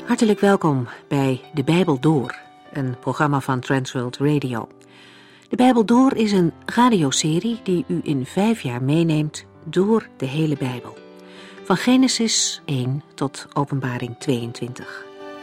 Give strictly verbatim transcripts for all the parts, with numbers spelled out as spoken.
Hartelijk welkom bij De Bijbel Door, een programma van Transworld Radio. De Bijbel Door is een radioserie die u in vijf jaar meeneemt door de hele Bijbel. Van Genesis één tot Openbaring tweeëntwintig.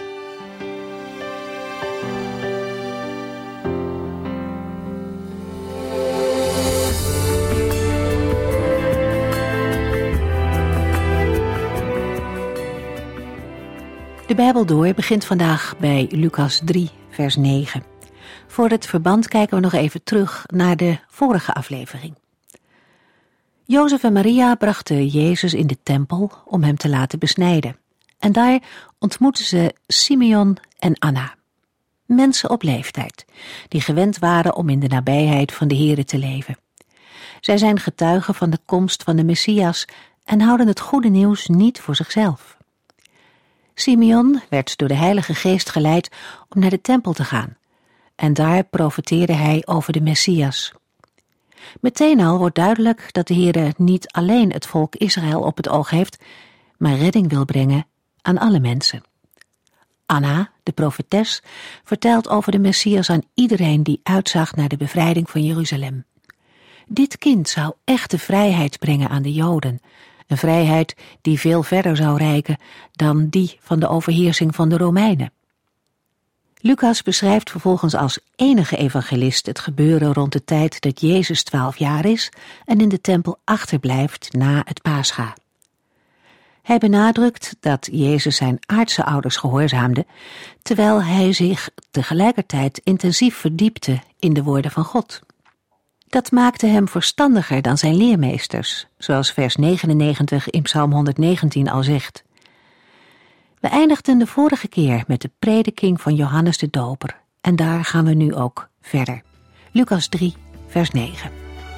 De Bijbel Door begint vandaag bij Lucas drie, vers negen. Voor het verband kijken we nog even terug naar de vorige aflevering. Jozef en Maria brachten Jezus in de tempel om hem te laten besnijden. En daar ontmoetten ze Simeon en Anna. Mensen op leeftijd, die gewend waren om in de nabijheid van de Here te leven. Zij zijn getuigen van de komst van de Messias en houden het goede nieuws niet voor zichzelf. Simeon werd door de Heilige Geest geleid om naar de tempel te gaan. En daar profeteerde hij over de Messias. Meteen al wordt duidelijk dat de Heere niet alleen het volk Israël op het oog heeft, maar redding wil brengen aan alle mensen. Anna, de profetes, vertelt over de Messias aan iedereen die uitzag naar de bevrijding van Jeruzalem. Dit kind zou echte vrijheid brengen aan de Joden, een vrijheid die veel verder zou reiken dan die van de overheersing van de Romeinen. Lucas beschrijft vervolgens als enige evangelist het gebeuren rond de tijd dat Jezus twaalf jaar is en in de tempel achterblijft na het Pascha. Hij benadrukt dat Jezus zijn aardse ouders gehoorzaamde, terwijl hij zich tegelijkertijd intensief verdiepte in de woorden van God. Dat maakte hem verstandiger dan zijn leermeesters, zoals vers negenennegentig in Psalm honderdnegentien al zegt. We eindigden de vorige keer met de prediking van Johannes de Doper en daar gaan we nu ook verder. Lucas drie, vers negen.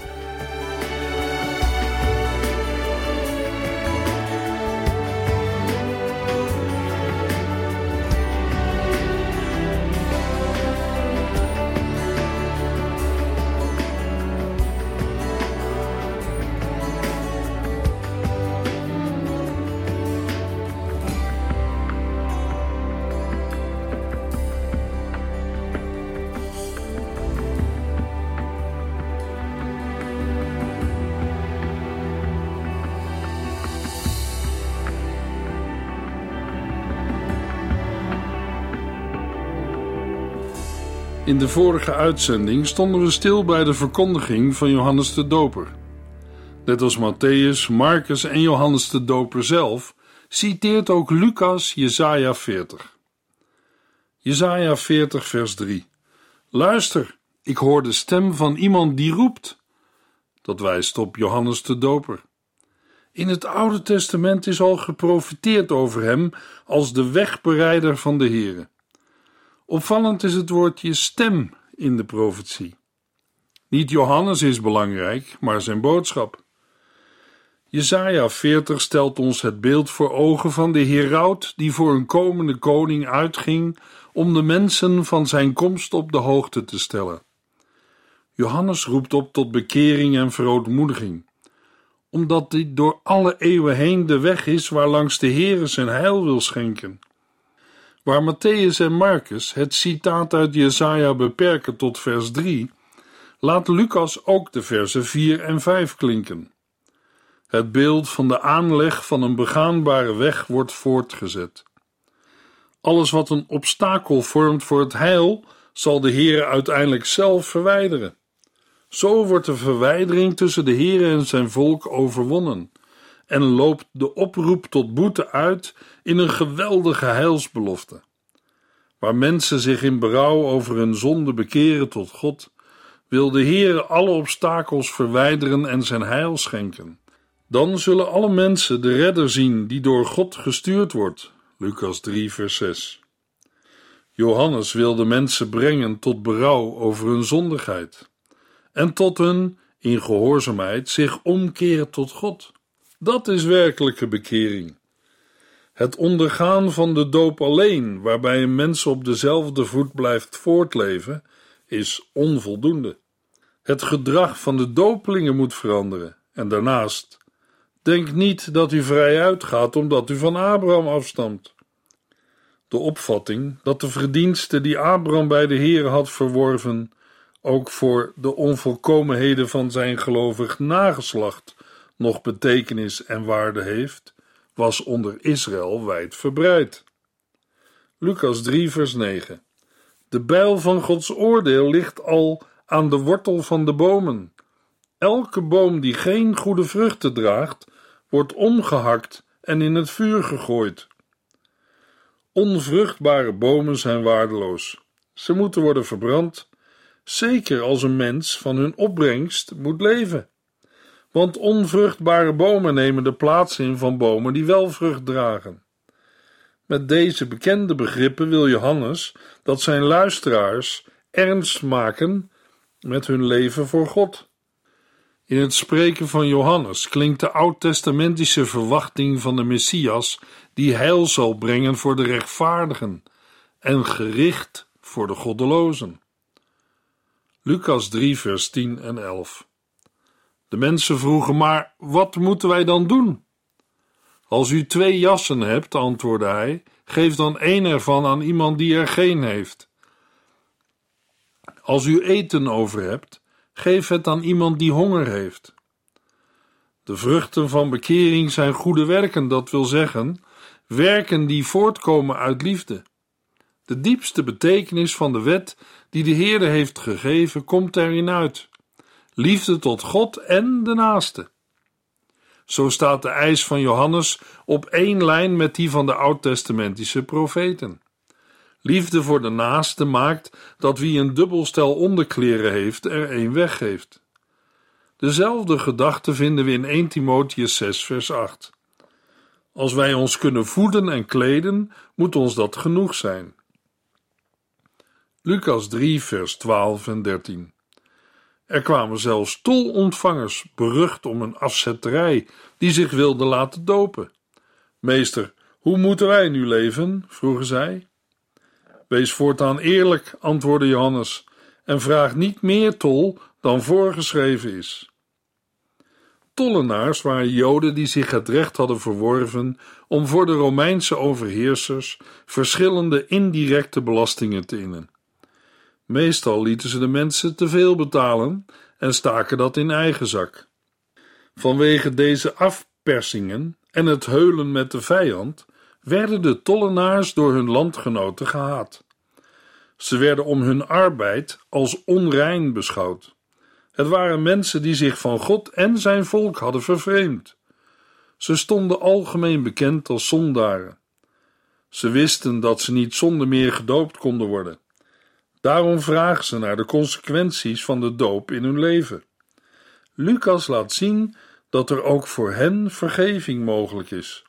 In de vorige uitzending stonden we stil bij de verkondiging van Johannes de Doper. Net als Mattheüs, Marcus en Johannes de Doper zelf, citeert ook Lucas Jesaja veertig. Jesaja veertig vers drie. Luister, ik hoor de stem van iemand die roept. Dat wijst op Johannes de Doper. In het Oude Testament is al geprofeteerd over hem als de wegbereider van de Here. Opvallend is het woordje stem in de profetie. Niet Johannes is belangrijk, maar zijn boodschap. Jesaja veertig stelt ons het beeld voor ogen van de heraut die voor een komende koning uitging om de mensen van zijn komst op de hoogte te stellen. Johannes roept op tot bekering en verootmoediging, omdat dit door alle eeuwen heen de weg is waarlangs de Heere zijn heil wil schenken. Waar Mattheüs en Marcus het citaat uit Jesaja beperken tot vers drie, laat Lucas ook de versen vier en vijf klinken. Het beeld van de aanleg van een begaanbare weg wordt voortgezet. Alles wat een obstakel vormt voor het heil, zal de Heere uiteindelijk zelf verwijderen. Zo wordt de verwijdering tussen de Heere en zijn volk overwonnen en loopt de oproep tot boete uit in een geweldige heilsbelofte. Waar mensen zich in berouw over hun zonde bekeren tot God, wil de Heere alle obstakels verwijderen en zijn heil schenken. Dan zullen alle mensen de redder zien die door God gestuurd wordt. Lucas drie vers zes. Johannes wil de mensen brengen tot berouw over hun zondigheid en tot hun, in gehoorzaamheid, zich omkeren tot God. Dat is werkelijke bekering. Het ondergaan van de doop alleen, waarbij een mens op dezelfde voet blijft voortleven, is onvoldoende. Het gedrag van de dopelingen moet veranderen. En daarnaast, denk niet dat u vrij uitgaat omdat u van Abraham afstamt. De opvatting dat de verdiensten die Abraham bij de Heere had verworven ook voor de onvolkomenheden van zijn gelovig nageslacht nog betekenis en waarde heeft, was onder Israël wijd verbreid. Lucas drie vers negen. De bijl van Gods oordeel ligt al aan de wortel van de bomen. Elke boom die geen goede vruchten draagt, wordt omgehakt en in het vuur gegooid. Onvruchtbare bomen zijn waardeloos. Ze moeten worden verbrand, zeker als een mens van hun opbrengst moet leven. Want onvruchtbare bomen nemen de plaats in van bomen die wel vrucht dragen. Met deze bekende begrippen wil Johannes dat zijn luisteraars ernst maken met hun leven voor God. In het spreken van Johannes klinkt de oud-testamentische verwachting van de Messias die heil zal brengen voor de rechtvaardigen en gericht voor de goddelozen. Lucas drie vers tien en elf. De mensen vroegen, maar wat moeten wij dan doen? Als u twee jassen hebt, antwoordde hij, geef dan één ervan aan iemand die er geen heeft. Als u eten over hebt, geef het aan iemand die honger heeft. De vruchten van bekering zijn goede werken, dat wil zeggen, werken die voortkomen uit liefde. De diepste betekenis van de wet die de Heere heeft gegeven, komt erin uit. Liefde tot God en de naaste. Zo staat de eis van Johannes op één lijn met die van de oud-testamentische profeten. Liefde voor de naaste maakt dat wie een dubbel stel onderkleren heeft, er één weggeeft. Dezelfde gedachte vinden we in eerste Timotheüs zes vers acht. Als wij ons kunnen voeden en kleden, moet ons dat genoeg zijn. Lucas drie vers twaalf en dertien. Er kwamen zelfs tolontvangers, berucht om een afzetterij, die zich wilden laten dopen. Meester, hoe moeten wij nu leven? Vroegen zij. Wees voortaan eerlijk, antwoordde Johannes, en vraag niet meer tol dan voorgeschreven is. Tollenaars waren Joden die zich het recht hadden verworven om voor de Romeinse overheersers verschillende indirecte belastingen te innen. Meestal lieten ze de mensen te veel betalen en staken dat in eigen zak. Vanwege deze afpersingen en het heulen met de vijand werden de tollenaars door hun landgenoten gehaat. Ze werden om hun arbeid als onrein beschouwd. Het waren mensen die zich van God en zijn volk hadden vervreemd. Ze stonden algemeen bekend als zondaren. Ze wisten dat ze niet zonder meer gedoopt konden worden. Daarom vragen ze naar de consequenties van de doop in hun leven. Lucas laat zien dat er ook voor hen vergeving mogelijk is.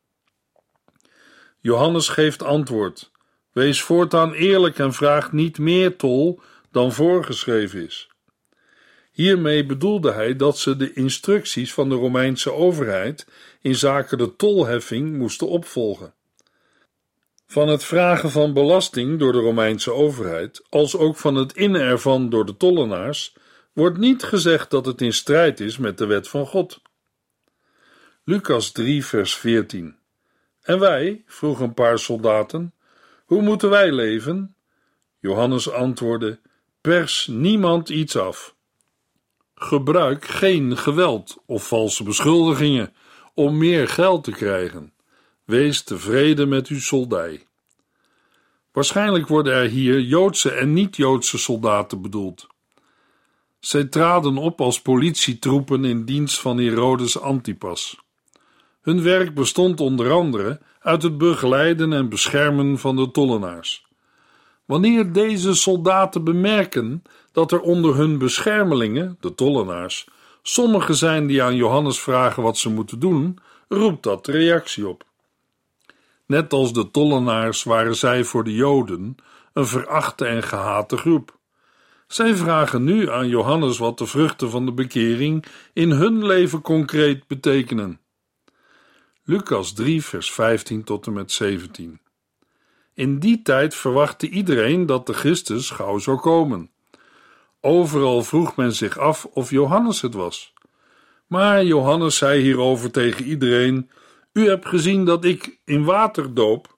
Johannes geeft antwoord: wees voortaan eerlijk en vraag niet meer tol dan voorgeschreven is. Hiermee bedoelde hij dat ze de instructies van de Romeinse overheid in zaken de tolheffing moesten opvolgen. Van het vragen van belasting door de Romeinse overheid, als ook van het innen ervan door de tollenaars, wordt niet gezegd dat het in strijd is met de wet van God. Lucas drie vers veertien. En wij, vroegen een paar soldaten, hoe moeten wij leven? Johannes antwoordde: pers niemand iets af. Gebruik geen geweld of valse beschuldigingen om meer geld te krijgen. Wees tevreden met uw soldij. Waarschijnlijk worden er hier Joodse en niet-Joodse soldaten bedoeld. Zij traden op als politietroepen in dienst van Herodes Antipas. Hun werk bestond onder andere uit het begeleiden en beschermen van de tollenaars. Wanneer deze soldaten bemerken dat er onder hun beschermelingen, de tollenaars, sommigen zijn die aan Johannes vragen wat ze moeten doen, roept dat reactie op. Net als de tollenaars waren zij voor de Joden een verachte en gehate groep. Zij vragen nu aan Johannes wat de vruchten van de bekering in hun leven concreet betekenen. Lucas drie vers vijftien tot en met zeventien. In die tijd verwachtte iedereen dat de Christus gauw zou komen. Overal vroeg men zich af of Johannes het was. Maar Johannes zei hierover tegen iedereen: u hebt gezien dat ik in water doop,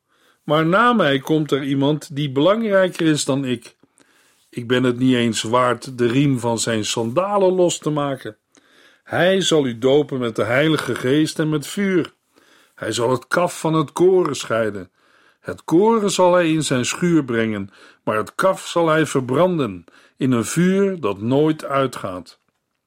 maar na mij komt er iemand die belangrijker is dan ik. Ik ben het niet eens waard de riem van zijn sandalen los te maken. Hij zal u dopen met de Heilige Geest en met vuur. Hij zal het kaf van het koren scheiden. Het koren zal hij in zijn schuur brengen, maar het kaf zal hij verbranden in een vuur dat nooit uitgaat.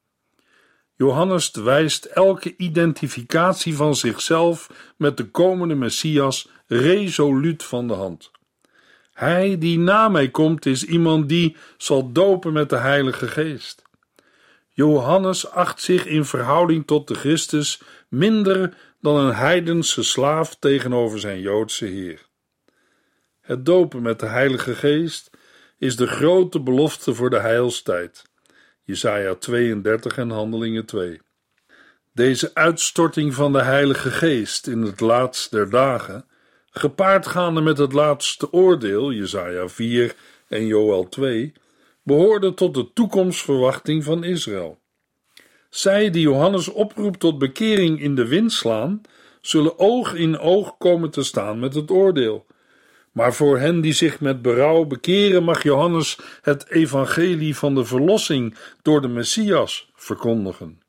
Johannes wijst elke identificatie van zichzelf met de komende Messias resoluut van de hand. Hij die na mij komt is iemand die zal dopen met de Heilige Geest. Johannes acht zich in verhouding tot de Christus minder dan een heidense slaaf tegenover zijn Joodse Heer. Het dopen met de Heilige Geest is de grote belofte voor de heilstijd. Jesaja tweeëndertig en Handelingen twee. Deze uitstorting van de Heilige Geest in het laatst der dagen, gepaard gaande met het laatste oordeel, Jesaja vier en Joël twee, behoorde tot de toekomstverwachting van Israël. Zij die Johannes oproept tot bekering in de wind slaan, zullen oog in oog komen te staan met het oordeel. Maar voor hen die zich met berouw bekeren, mag Johannes het evangelie van de verlossing door de Messias verkondigen.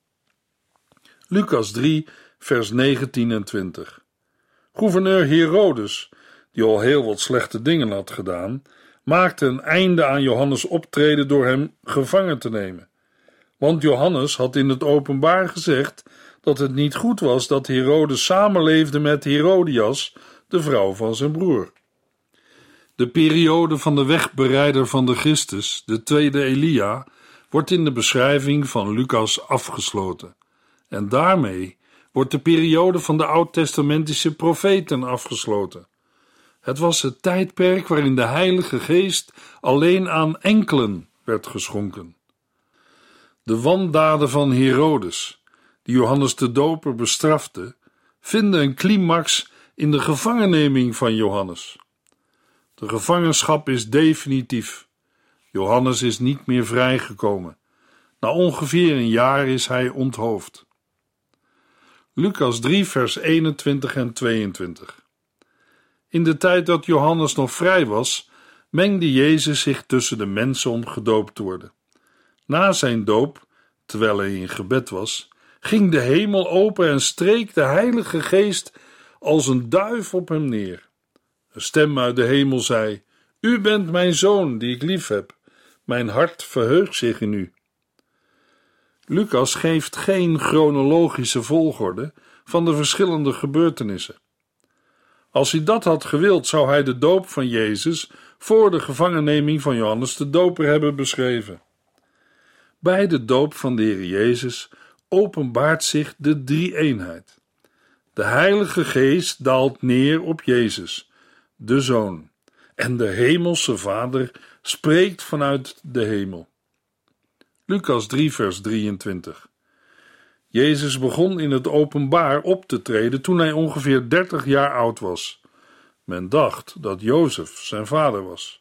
Lucas drie, vers negentien en twintig. Gouverneur Herodes, die al heel wat slechte dingen had gedaan, maakte een einde aan Johannes' optreden door hem gevangen te nemen. Want Johannes had in het openbaar gezegd dat het niet goed was dat Herodes samenleefde met Herodias, de vrouw van zijn broer. De periode van de wegbereider van de Christus, de tweede Elia, wordt in de beschrijving van Lucas afgesloten. En daarmee wordt de periode van de oud-testamentische profeten afgesloten. Het was het tijdperk waarin de Heilige Geest alleen aan enkelen werd geschonken. De wandaden van Herodes, die Johannes de Doper bestrafte, vinden een climax in de gevangenneming van Johannes. De gevangenschap is definitief. Johannes is niet meer vrijgekomen. Na ongeveer een jaar is hij onthoofd. Lucas drie, vers eenentwintig en tweeëntwintig. In de tijd dat Johannes nog vrij was, mengde Jezus zich tussen de mensen om gedoopt te worden. Na zijn doop, terwijl hij in gebed was, ging de hemel open en streek de Heilige Geest als een duif op hem neer. Een stem uit de hemel zei: U bent mijn zoon die ik lief heb. Mijn hart verheugt zich in u. Lucas geeft geen chronologische volgorde van de verschillende gebeurtenissen. Als hij dat had gewild, zou hij de doop van Jezus voor de gevangenneming van Johannes de Doper hebben beschreven. Bij de doop van de Heer Jezus openbaart zich de drie-eenheid. De Heilige Geest daalt neer op Jezus, de Zoon, en de Hemelse Vader spreekt vanuit de hemel. Lucas drie, vers drieëntwintig. Jezus begon in het openbaar op te treden toen hij ongeveer dertig jaar oud was. Men dacht dat Jozef zijn vader was.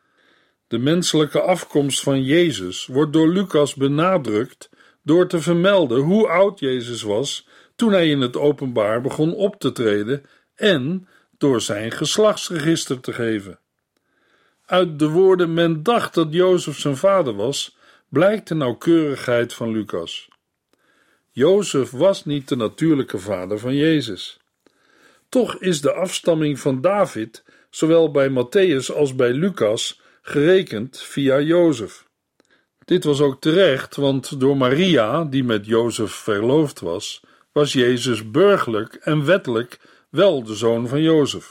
De menselijke afkomst van Jezus wordt door Lucas benadrukt door te vermelden hoe oud Jezus was toen hij in het openbaar begon op te treden en door zijn geslachtsregister te geven. Uit de woorden men dacht dat Jozef zijn vader was, blijkt de nauwkeurigheid van Lucas. Jozef was niet de natuurlijke vader van Jezus. Toch is de afstamming van David, zowel bij Mattheüs als bij Lucas, gerekend via Jozef. Dit was ook terecht, want door Maria, die met Jozef verloofd was, was Jezus burgerlijk en wettelijk wel de zoon van Jozef.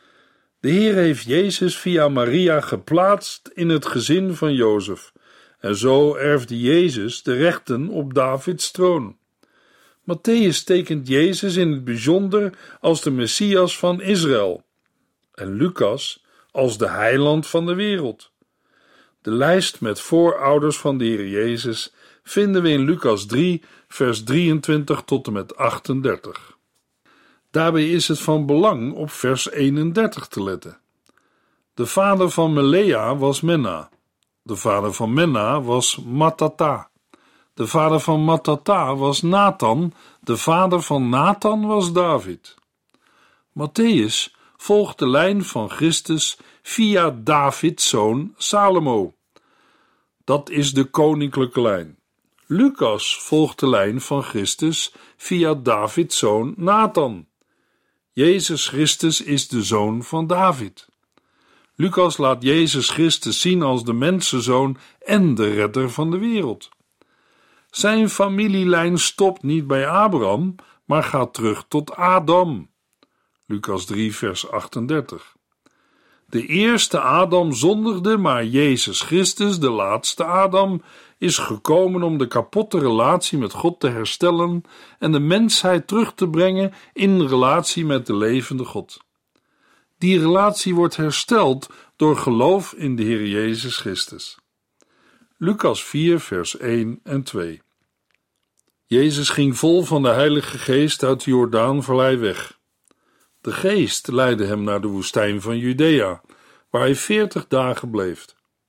De Heer heeft Jezus via Maria geplaatst in het gezin van Jozef, en zo erfde Jezus de rechten op Davids troon. Mattheüs tekent Jezus in het bijzonder als de Messias van Israël en Lucas als de heiland van de wereld. De lijst met voorouders van de Heer Jezus vinden we in Lucas drie, vers drieëntwintig tot en met achtendertig. Daarbij is het van belang op vers eenendertig te letten. De vader van Melea was Menna. De vader van Menna was Mattata. De vader van Mattata was Nathan. De vader van Nathan was David. Mattheüs volgt de lijn van Christus via Davids zoon Salomo. Dat is de koninklijke lijn. Lucas volgt de lijn van Christus via Davids zoon Nathan. Jezus Christus is de zoon van David. Lucas laat Jezus Christus zien als de mensenzoon en de redder van de wereld. Zijn familielijn stopt niet bij Abraham, maar gaat terug tot Adam. Lucas drie, vers achtendertig. De eerste Adam zondigde, maar Jezus Christus, de laatste Adam, is gekomen om de kapotte relatie met God te herstellen en de mensheid terug te brengen in relatie met de levende God. Die relatie wordt hersteld door geloof in de Heer Jezus Christus. Lucas vier, vers één en twee. Jezus ging vol van de Heilige Geest uit de Jordaanvallei weg. De Geest leidde hem naar de woestijn van Judea, waar hij veertig dagen bleef.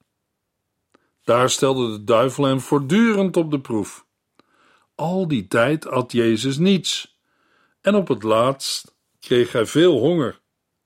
Daar stelde de duivel hem voortdurend op de proef. Al die tijd at Jezus niets, en op het laatst kreeg hij veel honger.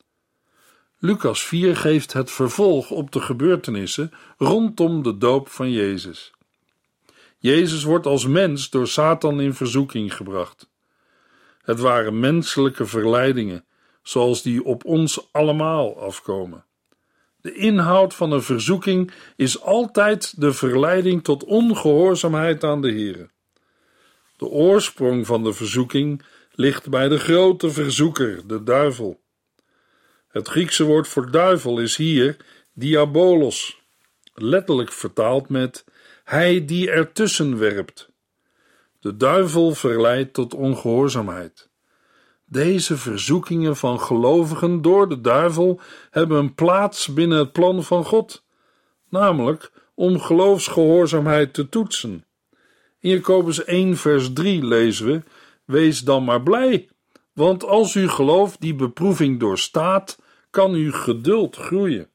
Lucas vier geeft het vervolg op de gebeurtenissen rondom de doop van Jezus. Jezus wordt als mens door Satan in verzoeking gebracht. Het waren menselijke verleidingen, zoals die op ons allemaal afkomen. De inhoud van een verzoeking is altijd de verleiding tot ongehoorzaamheid aan de Heere. De oorsprong van de verzoeking ligt bij de grote verzoeker, de duivel. Het Griekse woord voor duivel is hier diabolos, letterlijk vertaald met hij die ertussen werpt. De duivel verleidt tot ongehoorzaamheid. Deze verzoekingen van gelovigen door de duivel hebben een plaats binnen het plan van God, namelijk om geloofsgehoorzaamheid te toetsen. In Jacobus één vers drie lezen we: wees dan maar blij, want als uw geloof die beproeving doorstaat, kan uw geduld groeien.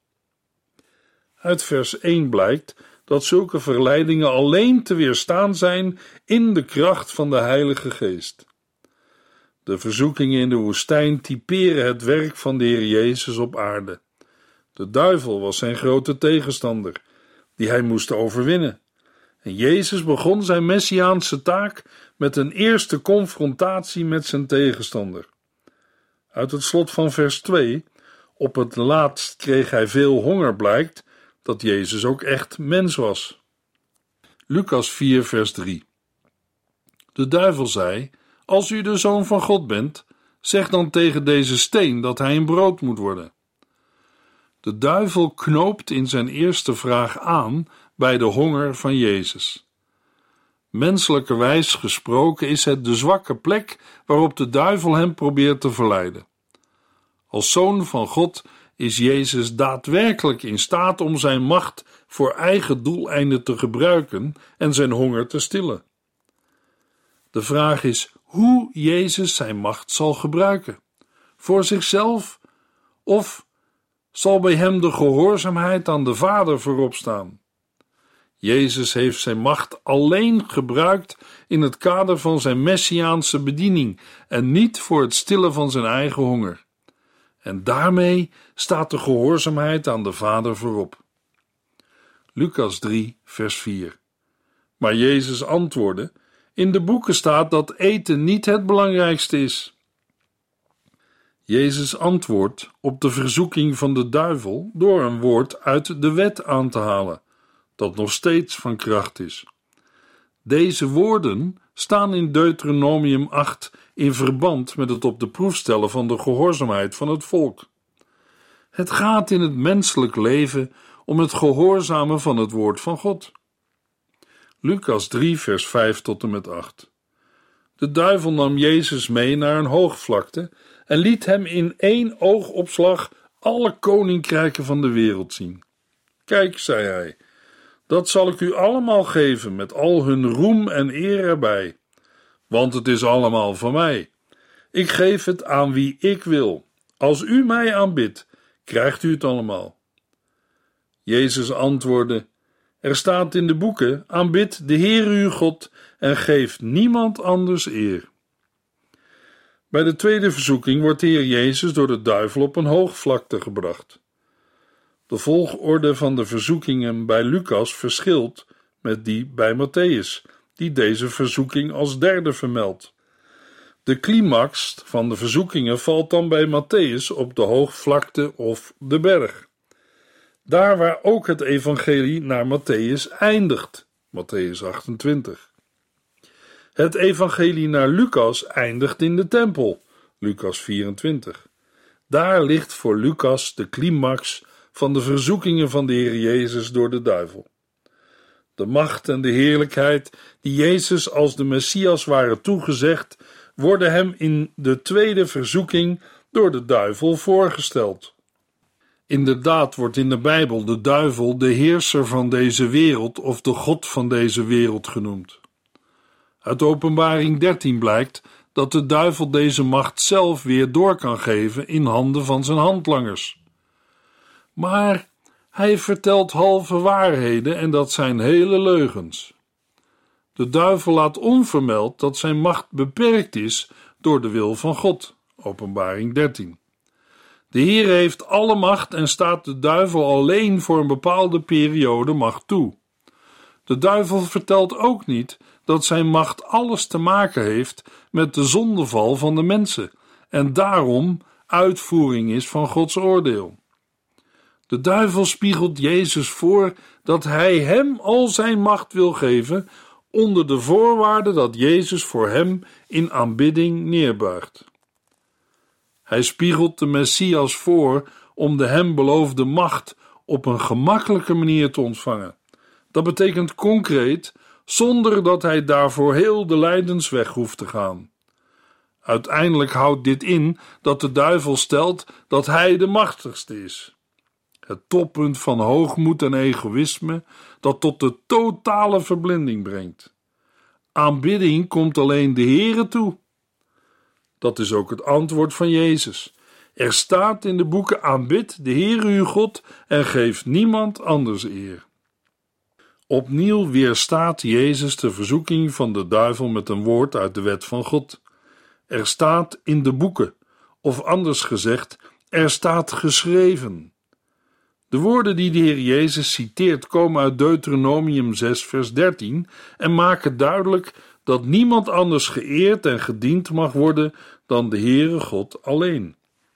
Uit vers één blijkt dat zulke verleidingen alleen te weerstaan zijn in de kracht van de Heilige Geest. De verzoekingen in de woestijn typeren het werk van de Heer Jezus op aarde. De duivel was zijn grote tegenstander, die hij moest overwinnen. En Jezus begon zijn messiaanse taak met een eerste confrontatie met zijn tegenstander. Uit het slot van vers twee, op het laatst kreeg hij veel honger, blijkt dat Jezus ook echt mens was. Lucas vier, vers drie. De duivel zei: als u de Zoon van God bent, zeg dan tegen deze steen dat hij een brood moet worden. De duivel knoopt in zijn eerste vraag aan bij de honger van Jezus. Menselijkerwijs gesproken is het de zwakke plek waarop de duivel hem probeert te verleiden. Als Zoon van God is Jezus daadwerkelijk in staat om zijn macht voor eigen doeleinden te gebruiken en zijn honger te stillen. De vraag is hoe Jezus zijn macht zal gebruiken. Voor zichzelf of zal bij hem de gehoorzaamheid aan de Vader voorop staan? Jezus heeft zijn macht alleen gebruikt in het kader van zijn messiaanse bediening en niet voor het stillen van zijn eigen honger. En daarmee staat de gehoorzaamheid aan de Vader voorop. Lucas drie, vers vier. Maar Jezus antwoordde: in de boeken staat dat eten niet het belangrijkste is. Jezus antwoordt op de verzoeking van de duivel door een woord uit de wet aan te halen, dat nog steeds van kracht is. Deze woorden staan in Deuteronomium acht in verband met het op de proef stellen van de gehoorzaamheid van het volk. Het gaat in het menselijk leven om het gehoorzamen van het woord van God. Lucas drie, vers vijf tot en met acht. De duivel nam Jezus mee naar een hoogvlakte en liet hem in één oogopslag alle koninkrijken van de wereld zien. Kijk, zei hij, dat zal ik u allemaal geven met al hun roem en eer erbij, want het is allemaal van mij. Ik geef het aan wie ik wil. Als u mij aanbidt, krijgt u het allemaal. Jezus antwoordde: er staat in de boeken: aanbid de Heer uw God en geef niemand anders eer. Bij de tweede verzoeking wordt de Heer Jezus door de duivel op een hoogvlakte gebracht. De volgorde van de verzoekingen bij Lucas verschilt met die bij Mattheüs, die deze verzoeking als derde vermeldt. De climax van de verzoekingen valt dan bij Mattheüs op de hoogvlakte of de berg. Daar waar ook het evangelie naar Mattheüs eindigt, Mattheüs achtentwintig. Het evangelie naar Lucas eindigt in de tempel, Lucas vierentwintig. Daar ligt voor Lucas de climax van de verzoekingen van de Heer Jezus door de duivel. De macht en de heerlijkheid die Jezus als de Messias waren toegezegd, worden hem in de tweede verzoeking door de duivel voorgesteld. Inderdaad wordt in de Bijbel de duivel de heerser van deze wereld of de god van deze wereld genoemd. Uit Openbaring dertien blijkt dat de duivel deze macht zelf weer door kan geven in handen van zijn handlangers. Maar hij vertelt halve waarheden en dat zijn hele leugens. De duivel laat onvermeld dat zijn macht beperkt is door de wil van God, Openbaring dertien. De Heer heeft alle macht en staat de duivel alleen voor een bepaalde periode macht toe. De duivel vertelt ook niet dat zijn macht alles te maken heeft met de zondeval van de mensen en daarom uitvoering is van Gods oordeel. De duivel spiegelt Jezus voor dat hij hem al zijn macht wil geven onder de voorwaarde dat Jezus voor hem in aanbidding neerbuigt. Hij spiegelt de Messias voor om de hem beloofde macht op een gemakkelijke manier te ontvangen. Dat betekent concreet, zonder dat hij daarvoor heel de lijdensweg hoeft te gaan. Uiteindelijk houdt dit in dat de duivel stelt dat hij de machtigste is. Het toppunt van hoogmoed en egoïsme dat tot de totale verblinding brengt. Aanbidding komt alleen de Heere toe. Dat is ook het antwoord van Jezus. Er staat in de boeken: aanbid de Heere uw God en geef niemand anders eer. Opnieuw weerstaat Jezus de verzoeking van de duivel met een woord uit de wet van God. Er staat in de boeken, of anders gezegd, er staat geschreven. De woorden die de Heer Jezus citeert komen uit Deuteronomium zes vers dertien en maken duidelijk dat niemand anders geëerd en gediend mag worden dan de Heere God alleen.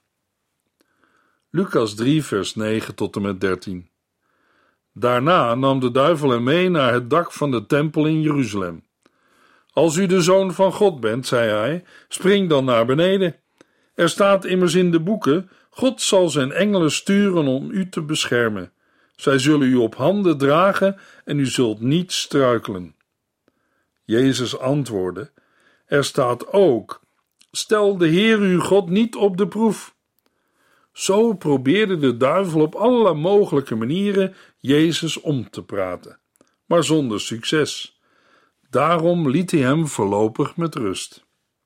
Lucas drie vers negen tot en met dertien. Daarna nam de duivel hem mee naar het dak van de tempel in Jeruzalem. Als u de Zoon van God bent, zei hij, spring dan naar beneden. Er staat immers in de boeken: God zal zijn engelen sturen om u te beschermen. Zij zullen u op handen dragen en u zult niet struikelen. Jezus antwoordde: er staat ook: stel de Heer uw God niet op de proef. Zo probeerde de duivel op allerlei mogelijke manieren Jezus om te praten, maar zonder succes. Daarom liet hij hem voorlopig met rust.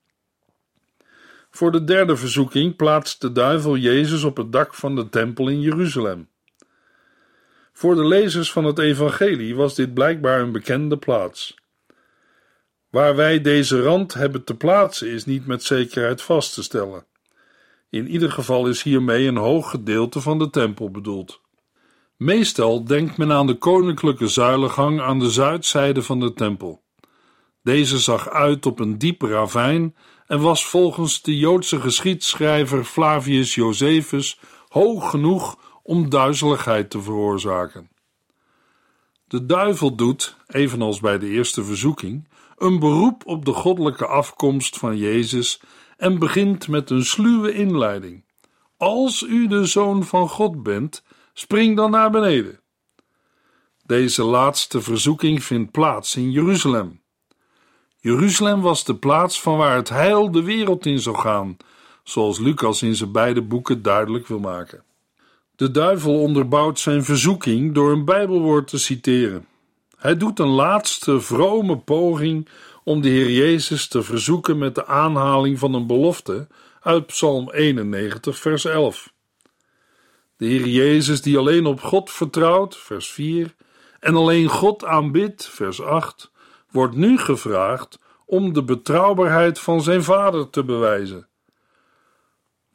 Voor de derde verzoeking plaatst de duivel Jezus op het dak van de tempel in Jeruzalem. Voor de lezers van het evangelie was dit blijkbaar een bekende plaats. Waar wij deze rand hebben te plaatsen is niet met zekerheid vast te stellen. In ieder geval is hiermee een hoog gedeelte van de tempel bedoeld. Meestal denkt men aan de koninklijke zuilengang aan de zuidzijde van de tempel. Deze zag uit op een diepe ravijn en was volgens de Joodse geschiedschrijver Flavius Josephus hoog genoeg om duizeligheid te veroorzaken. De duivel doet, evenals bij de eerste verzoeking, een beroep op de goddelijke afkomst van Jezus en begint met een sluwe inleiding. Als u de Zoon van God bent, spring dan naar beneden. Deze laatste verzoeking vindt plaats in Jeruzalem. Jeruzalem was de plaats van waar het heil de wereld in zou gaan, zoals Lucas in zijn beide boeken duidelijk wil maken. De duivel onderbouwt zijn verzoeking door een Bijbelwoord te citeren. Hij doet een laatste vrome poging om de Heer Jezus te verzoeken met de aanhaling van een belofte uit Psalm eenennegentig vers elf. De Heer Jezus die alleen op God vertrouwt, vers vier, en alleen God aanbidt, vers acht, wordt nu gevraagd om de betrouwbaarheid van zijn Vader te bewijzen,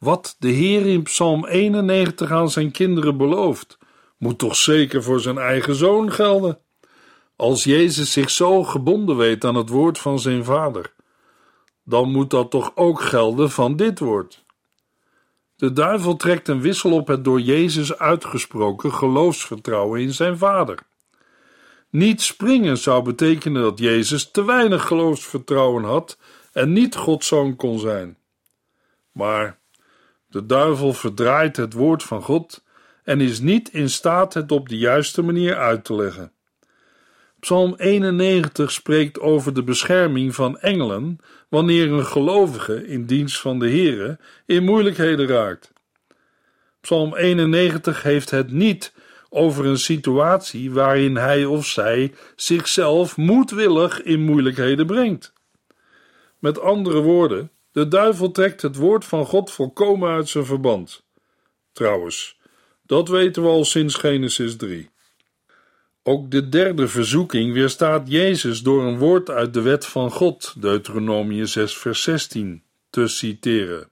Wat de Heer in Psalm eenennegentig aan zijn kinderen belooft, moet toch zeker voor zijn eigen zoon gelden. Als Jezus zich zo gebonden weet aan het woord van zijn Vader, dan moet dat toch ook gelden van dit woord. De duivel trekt een wissel op het door Jezus uitgesproken geloofsvertrouwen in zijn Vader. Niet springen zou betekenen dat Jezus te weinig geloofsvertrouwen had en niet Gods zoon kon zijn. Maar de duivel verdraait het woord van God en is niet in staat het op de juiste manier uit te leggen. Psalm eenennegentig spreekt over de bescherming van engelen wanneer een gelovige in dienst van de Here in moeilijkheden raakt. Psalm eenennegentig heeft het niet over een situatie waarin hij of zij zichzelf moedwillig in moeilijkheden brengt. Met andere woorden, de duivel trekt het woord van God volkomen uit zijn verband. Trouwens, dat weten we al sinds Genesis drie. Ook de derde verzoeking weerstaat Jezus door een woord uit de wet van God, Deuteronomium zes vers zestien, te citeren.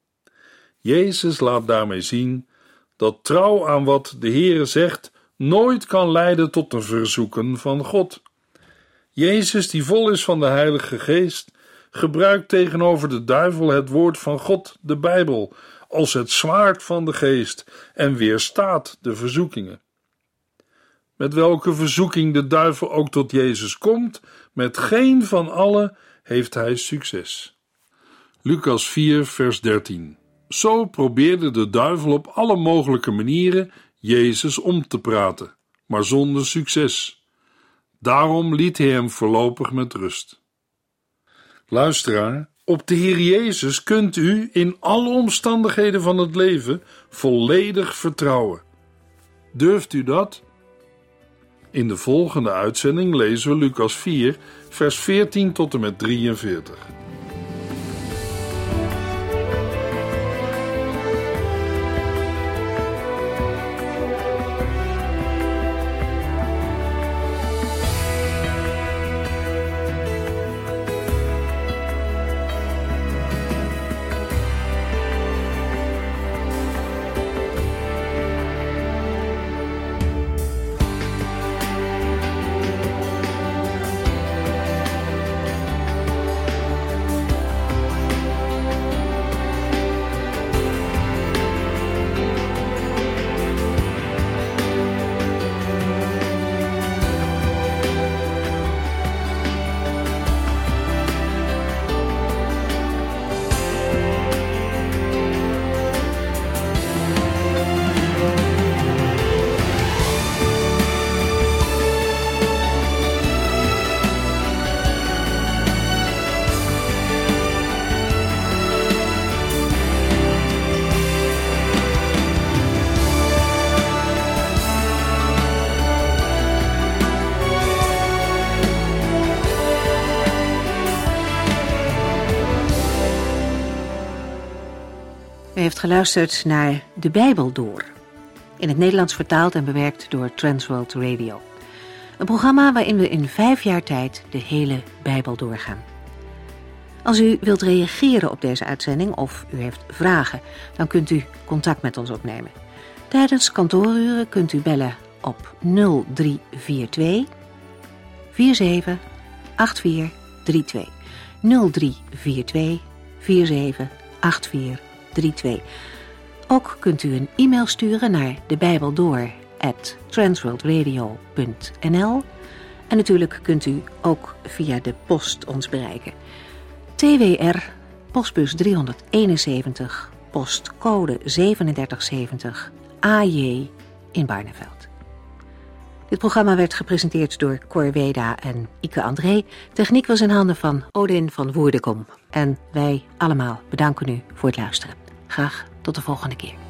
Jezus laat daarmee zien dat trouw aan wat de Heere zegt nooit kan leiden tot een verzoeken van God. Jezus, die vol is van de Heilige Geest, gebruikt tegenover de duivel het woord van God, de Bijbel, als het zwaard van de geest en weerstaat de verzoekingen. Met welke verzoeking de duivel ook tot Jezus komt, met geen van alle heeft hij succes. Lucas vier vers dertien. Zo probeerde de duivel op alle mogelijke manieren Jezus om te praten, maar zonder succes. Daarom liet hij hem voorlopig met rust. Luisteraar, op de Heer Jezus kunt u in alle omstandigheden van het leven volledig vertrouwen. Durft u dat? In de volgende uitzending lezen we Lucas vier, vers veertien tot en met drieënveertig. U heeft geluisterd naar De Bijbel Door, in het Nederlands vertaald en bewerkt door Transworld Radio. Een programma waarin we in vijf jaar tijd de hele Bijbel doorgaan. Als u wilt reageren op deze uitzending of u heeft vragen, dan kunt u contact met ons opnemen. Tijdens kantooruren kunt u bellen op nul drie vier twee vier zeven acht vier drie twee. nul drie vier twee vier zeven acht vier drie twee. Ook kunt u een e-mail sturen naar debijbeldoor at transworldradio punt n l en natuurlijk kunt u ook via de post ons bereiken. T W R, postbus driehonderdeenenzeventig, postcode zevenendertig zeventig, A J in Barneveld. Dit programma werd gepresenteerd door Cor Weda en Ike André. Techniek was in handen van Odin van Woerdekom. En wij allemaal bedanken u voor het luisteren. Graag tot de volgende keer.